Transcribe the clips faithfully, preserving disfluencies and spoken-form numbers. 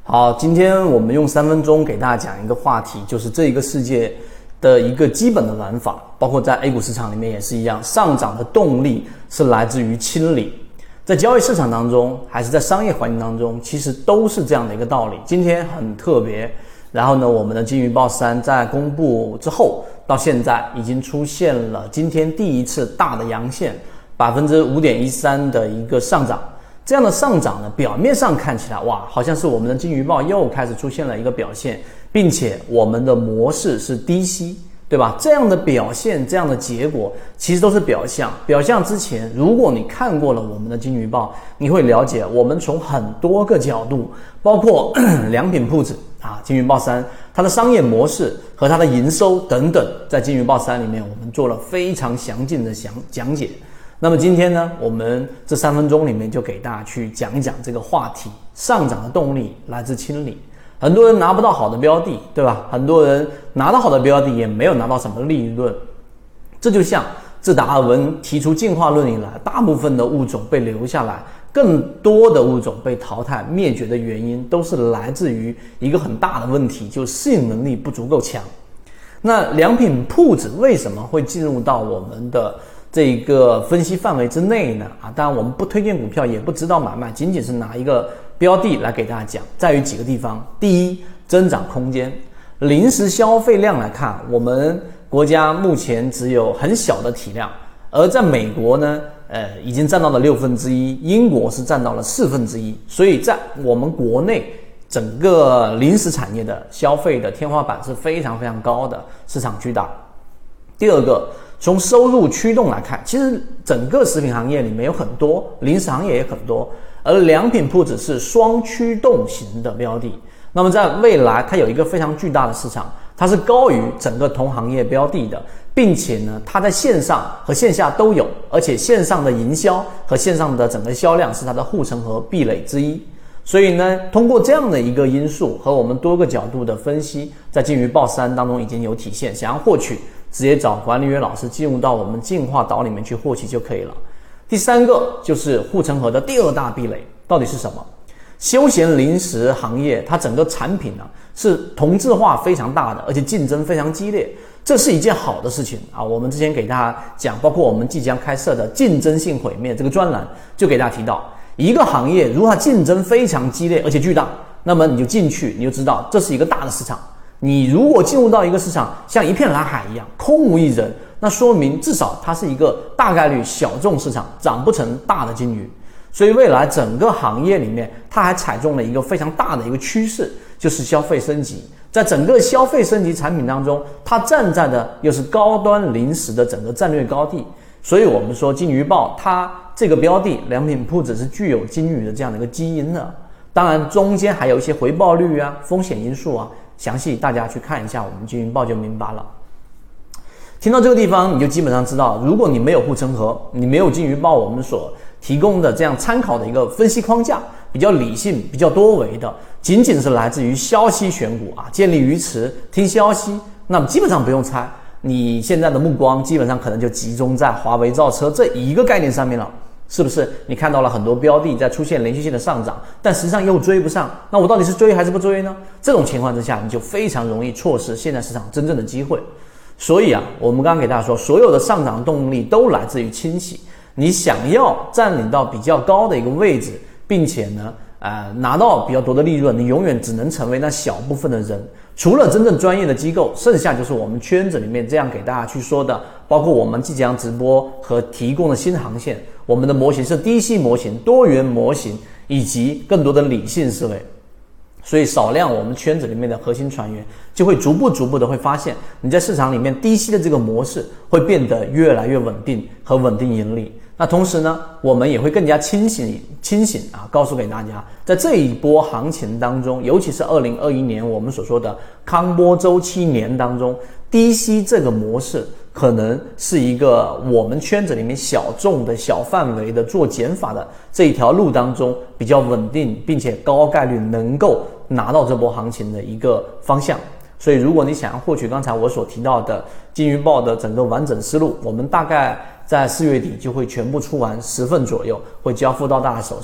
好，今天我们用三分钟给大家讲一个话题，就是这一个世界的一个基本的玩法，包括在 A 股市场里面也是一样，上涨的动力是来自于清理。在交易市场当中，还是在商业环境当中，其实都是这样的一个道理。今天很特别，然后呢，我们的金鱼报三在公布之后，到现在已经出现了今天第一次大的阳线， 百分之五点一三 的一个上涨。这样的上涨呢，表面上看起来哇，好像是我们的金鱼报又开始出现了一个表现，并且我们的模式是低吸，对吧？这样的表现，这样的结果其实都是表象。表象之前，如果你看过了我们的金鱼报，你会了解我们从很多个角度，包括良品铺子啊，金鱼报三它的商业模式和它的营收等等，在金鱼报三里面我们做了非常详尽的详讲解。那么今天呢，我们这三分钟里面就给大家去讲一讲这个话题，上涨的动力来自清理。很多人拿不到好的标的，对吧？很多人拿到好的标的也没有拿到什么利润。这就像自达尔文提出进化论以来，大部分的物种被留下来，更多的物种被淘汰灭绝的原因，都是来自于一个很大的问题，就是适应能力不足够强。那良品铺子为什么会进入到我们的这个分析范围之内呢？啊，当然我们不推荐股票，也不指导买卖，仅仅是拿一个标的来给大家讲，在于几个地方。第一，增长空间。零食消费量来看，我们国家目前只有很小的体量，而在美国呢，呃，已经占到了六分之一，英国是占到了四分之一，所以在我们国内整个零食产业的消费的天花板是非常非常高的，市场巨大。第二个，从收入驱动来看，其实整个食品行业里面有很多，零食行业也很多，而良品铺子是双驱动型的标的。那么在未来，它有一个非常巨大的市场，它是高于整个同行业标的的，并且呢，它在线上和线下都有，而且线上的营销和线上的整个销量是它的护城河壁垒之一。所以呢，通过这样的一个因素和我们多个角度的分析，在金鱼报三当中已经有体现。想要获取，直接找管理员老师进入到我们进化岛里面去获取就可以了。第三个就是护城河的第二大壁垒到底是什么？休闲零食行业它整个产品呢、啊、是同质化非常大的，而且竞争非常激烈，这是一件好的事情啊。我们之前给大家讲，包括我们即将开设的竞争性毁灭这个专栏，就给大家提到，一个行业如果它竞争非常激烈而且巨大，那么你就进去，你就知道这是一个大的市场。你如果进入到一个市场像一片蓝海一样空无一人，那说明至少它是一个大概率小众市场，长不成大的金鱼。所以未来整个行业里面，它还踩中了一个非常大的一个趋势，就是消费升级。在整个消费升级产品当中，它站在的又是高端零食的整个战略高地。所以我们说金鱼报它这个标的良品铺子是具有金鱼的这样的一个基因的。当然中间还有一些回报率啊、风险因素啊，详细大家去看一下我们金鱼报就明白了。听到这个地方，你就基本上知道，如果你没有护城河，你没有金鱼报我们所提供的这样参考的一个分析框架，比较理性、比较多维的，仅仅是来自于消息选股啊，建立于此，听消息，那么基本上不用猜，你现在的目光基本上可能就集中在华为造车这一个概念上面了。是不是你看到了很多标的在出现连续性的上涨，但实际上又追不上，那我到底是追还是不追呢？这种情况之下，你就非常容易错失现在市场真正的机会。所以啊，我们刚刚给大家说，所有的上涨动力都来自于清洗。你想要占领到比较高的一个位置，并且呢呃，拿到比较多的利润，你永远只能成为那小部分的人。除了真正专业的机构，剩下就是我们圈子里面这样给大家去说的，包括我们即将直播和提供的新航线。我们的模型是低息模型、多元模型以及更多的理性思维。所以少量我们圈子里面的核心船员就会逐步逐步的会发现，你在市场里面低息的这个模式会变得越来越稳定和稳定盈利。那同时呢，我们也会更加清醒清醒啊，告诉给大家，在这一波行情当中，尤其是二零二一年我们所说的康波周期年当中，低息这个模式可能是一个我们圈子里面小众的小范围的做减法的这一条路当中比较稳定，并且高概率能够拿到这波行情的一个方向。所以如果你想要获取刚才我所提到的金鱼报的整个完整思路，我们大概在四月底就会全部出完十份左右，会交付到大家手上，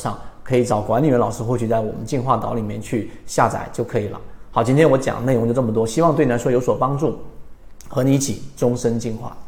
可以找管理员老师，或许在我们进化岛里面去下载就可以了。好，今天我讲的内容就这么多，希望对你来说有所帮助，和你一起终身进化。